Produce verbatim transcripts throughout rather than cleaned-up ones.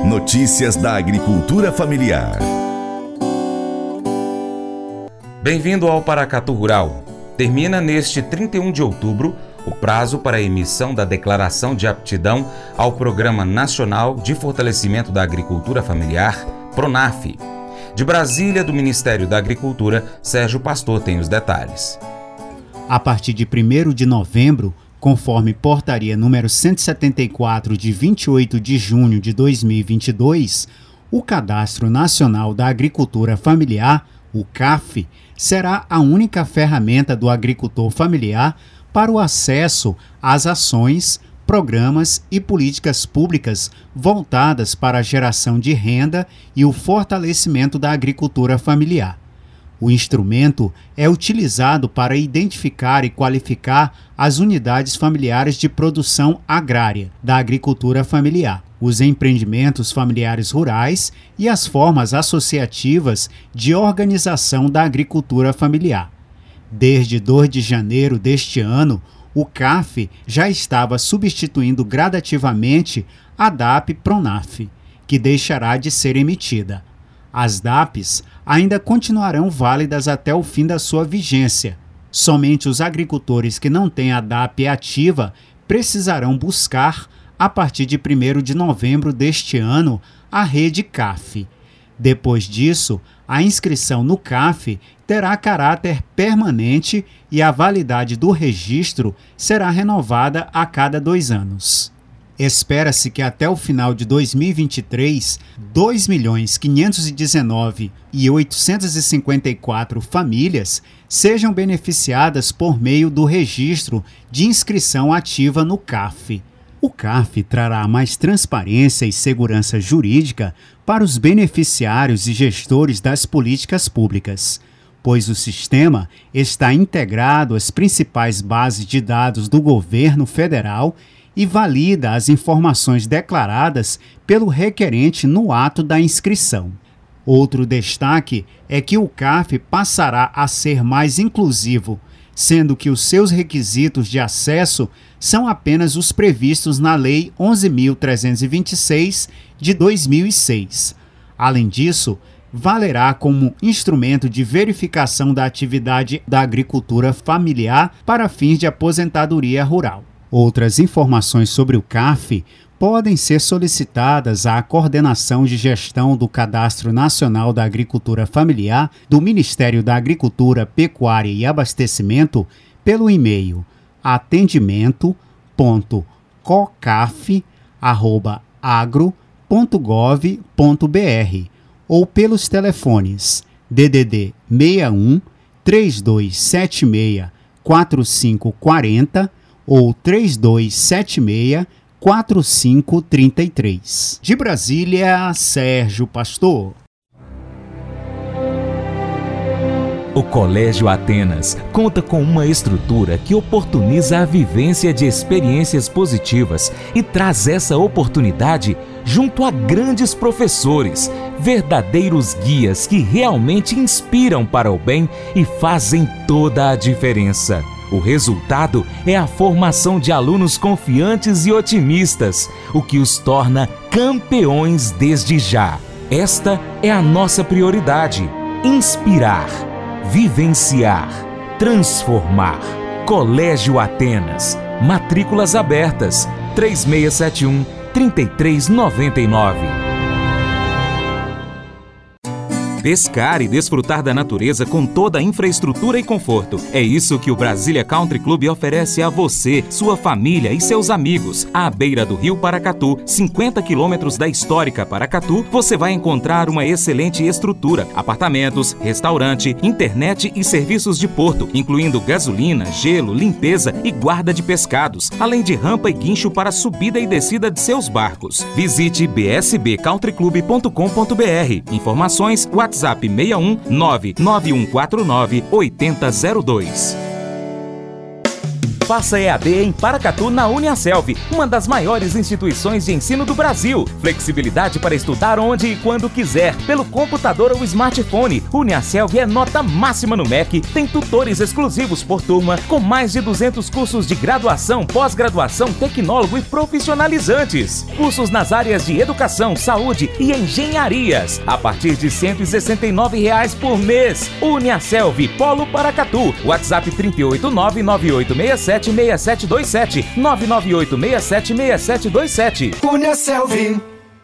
Notícias da agricultura familiar. Bem-vindo ao Paracatu Rural. Termina neste trinta e um de outubro o prazo para a emissão da Declaração de Aptidão ao Programa Nacional de Fortalecimento da Agricultura Familiar, PRONAF. De Brasília, do Ministério da Agricultura, Sérgio Pastor tem os detalhes. A partir de primeiro de novembro, conforme portaria número cento e setenta e quatro de vinte e oito de junho de dois mil e vinte e dois, o Cadastro Nacional da Agricultura Familiar, o C A F, será a única ferramenta do agricultor familiar para o acesso às ações, programas e políticas públicas voltadas para a geração de renda e o fortalecimento da agricultura familiar. O instrumento é utilizado para identificar e qualificar as unidades familiares de produção agrária da agricultura familiar, os empreendimentos familiares rurais e as formas associativas de organização da agricultura familiar. Desde dois de janeiro deste ano, o C A F já estava substituindo gradativamente a D A P PRONAF, que deixará de ser emitida. As D A Ps ainda continuarão válidas até o fim da sua vigência. Somente os agricultores que não têm a D A P ativa precisarão buscar, a partir de primeiro de novembro deste ano, a rede C A F. Depois disso, a inscrição no C A F terá caráter permanente e a validade do registro será renovada a cada dois anos. Espera-se que até o final de dois mil e vinte e três, dois milhões quinhentos e dezenove mil oitocentas e cinquenta e quatro famílias sejam beneficiadas por meio do registro de inscrição ativa no C A F. O C A F trará mais transparência e segurança jurídica para os beneficiários e gestores das políticas públicas, pois o sistema está integrado às principais bases de dados do governo federal e valida as informações declaradas pelo requerente no ato da inscrição. Outro destaque é que o C A F passará a ser mais inclusivo, sendo que os seus requisitos de acesso são apenas os previstos na Lei onze mil trezentos e vinte e seis de dois mil e seis. Além disso, valerá como instrumento de verificação da atividade da agricultura familiar para fins de aposentadoria rural. Outras informações sobre o C A F podem ser solicitadas à Coordenação de Gestão do Cadastro Nacional da Agricultura Familiar do Ministério da Agricultura, Pecuária e Abastecimento pelo e-mail atendimento ponto cocaf arroba agro ponto gov ponto br ou pelos telefones D D D seis um, três dois sete seis, quatro cinco quatro zero ou três dois sete seis, quatro cinco três três. De Brasília, Sérgio Pastor. O Colégio Atenas conta com uma estrutura que oportuniza a vivência de experiências positivas e traz essa oportunidade junto a grandes professores, verdadeiros guias que realmente inspiram para o bem e fazem toda a diferença. O resultado é a formação de alunos confiantes e otimistas, o que os torna campeões desde já. Esta é a nossa prioridade: inspirar, vivenciar, transformar. Colégio Atenas. Matrículas abertas. três seis sete um, três três nove nove. Pescar e desfrutar da natureza com toda a infraestrutura e conforto. É isso que o Brasília Country Club oferece a você, sua família e seus amigos. À beira do Rio Paracatu, cinquenta quilômetros da histórica Paracatu, você vai encontrar uma excelente estrutura, apartamentos, restaurante, internet e serviços de porto, incluindo gasolina, gelo, limpeza e guarda de pescados, além de rampa e guincho para subida e descida de seus barcos. Visite b s b country club ponto com ponto b r. Informações, WhatsApp seis um nove nove um quatro nove oito zero zero dois. Faça E A D em Paracatu na Uniaselv, uma das maiores instituições de ensino do Brasil. Flexibilidade para estudar onde e quando quiser, pelo computador ou smartphone. Uniaselv é nota máxima no M E C, tem tutores exclusivos por turma, com mais de duzentos cursos de graduação, pós-graduação, tecnólogo e profissionalizantes. Cursos nas áreas de educação, saúde e engenharias, a partir de cento e sessenta e nove reais por mês. Uniaselv, Polo Paracatu. WhatsApp trinta e oito, nove nove oito seis sete seis sete dois sete, nove nove oito seis sete seis sete dois sete. Uniaselv.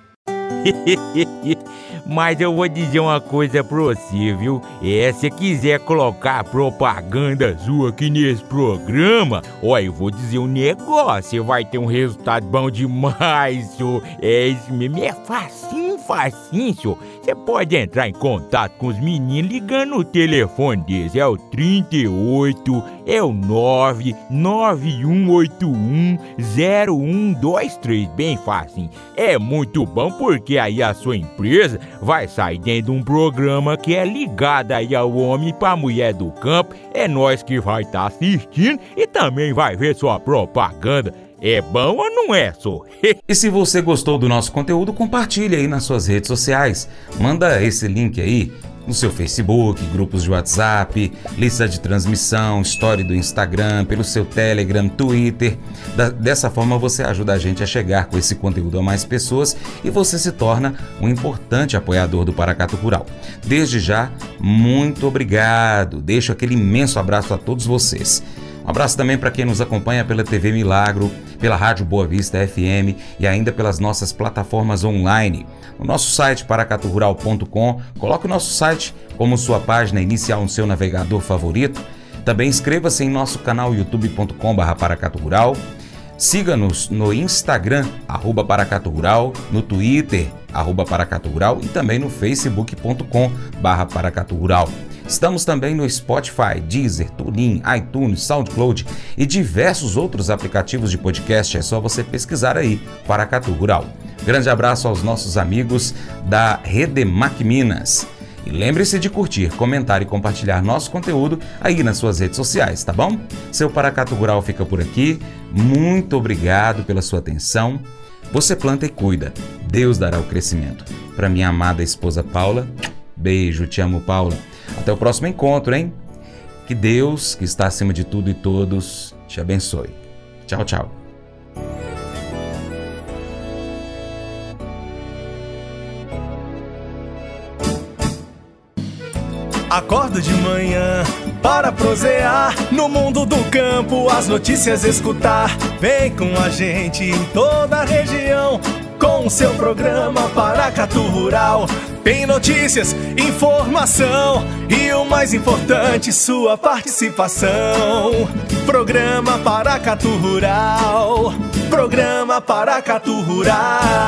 Mas eu vou dizer uma coisa pra você, viu? É, se quiser colocar propaganda sua aqui nesse programa, ó, eu vou dizer um negócio, você vai ter um resultado bom demais, senhor. É isso mesmo, é facinho, facinho, senhor. Você pode entrar em contato com os meninos ligando o telefone deles, é o trinta e oito, é o nove nove um oito um zero um dois três, bem facinho. É muito bom porque aí a sua empresa vai sair dentro de um programa que é ligado aí ao homem pra mulher do campo. É nós que vai estar tá assistindo e também vai ver sua propaganda. É bom ou não é, só? E se você gostou do nosso conteúdo, compartilhe aí nas suas redes sociais. Manda esse link aí no seu Facebook, grupos de WhatsApp, lista de transmissão, story do Instagram, pelo seu Telegram, Twitter. Da, dessa forma você ajuda a gente a chegar com esse conteúdo a mais pessoas e você se torna um importante apoiador do Paracatu Rural. Desde já, muito obrigado. Deixo aquele imenso abraço a todos vocês. Um abraço também para quem nos acompanha pela T V Milagro, pela Rádio Boa Vista F M e ainda pelas nossas plataformas online. No nosso site paracatu rural ponto com, coloque o nosso site como sua página inicial no seu navegador favorito. Também inscreva-se em nosso canal youtube ponto com barra paracatu rural. Siga-nos no Instagram, arroba Paracatu Rural, no Twitter, arroba Paracatu Rural e também no facebook ponto com barra Paracatu Rural. Estamos também no Spotify, Deezer, TuneIn, iTunes, SoundCloud e diversos outros aplicativos de podcast. É só você pesquisar aí, Paracatu Rural. Grande abraço aos nossos amigos da Redemac Minas. E lembre-se de curtir, comentar e compartilhar nosso conteúdo aí nas suas redes sociais, tá bom? Seu Paracatu Rural fica por aqui. Muito obrigado pela sua atenção. Você planta e cuida. Deus dará o crescimento. Para minha amada esposa Paula, beijo, te amo, Paula. Até o próximo encontro, hein? Que Deus, que está acima de tudo e todos, te abençoe. Tchau, tchau. Acordo de manhã para prosear no mundo do campo, as notícias escutar. Vem com a gente em toda a região com o seu programa Paracatu Rural. Tem notícias, informação e o mais importante, sua participação. Programa Paracatu Rural. Programa Paracatu Rural.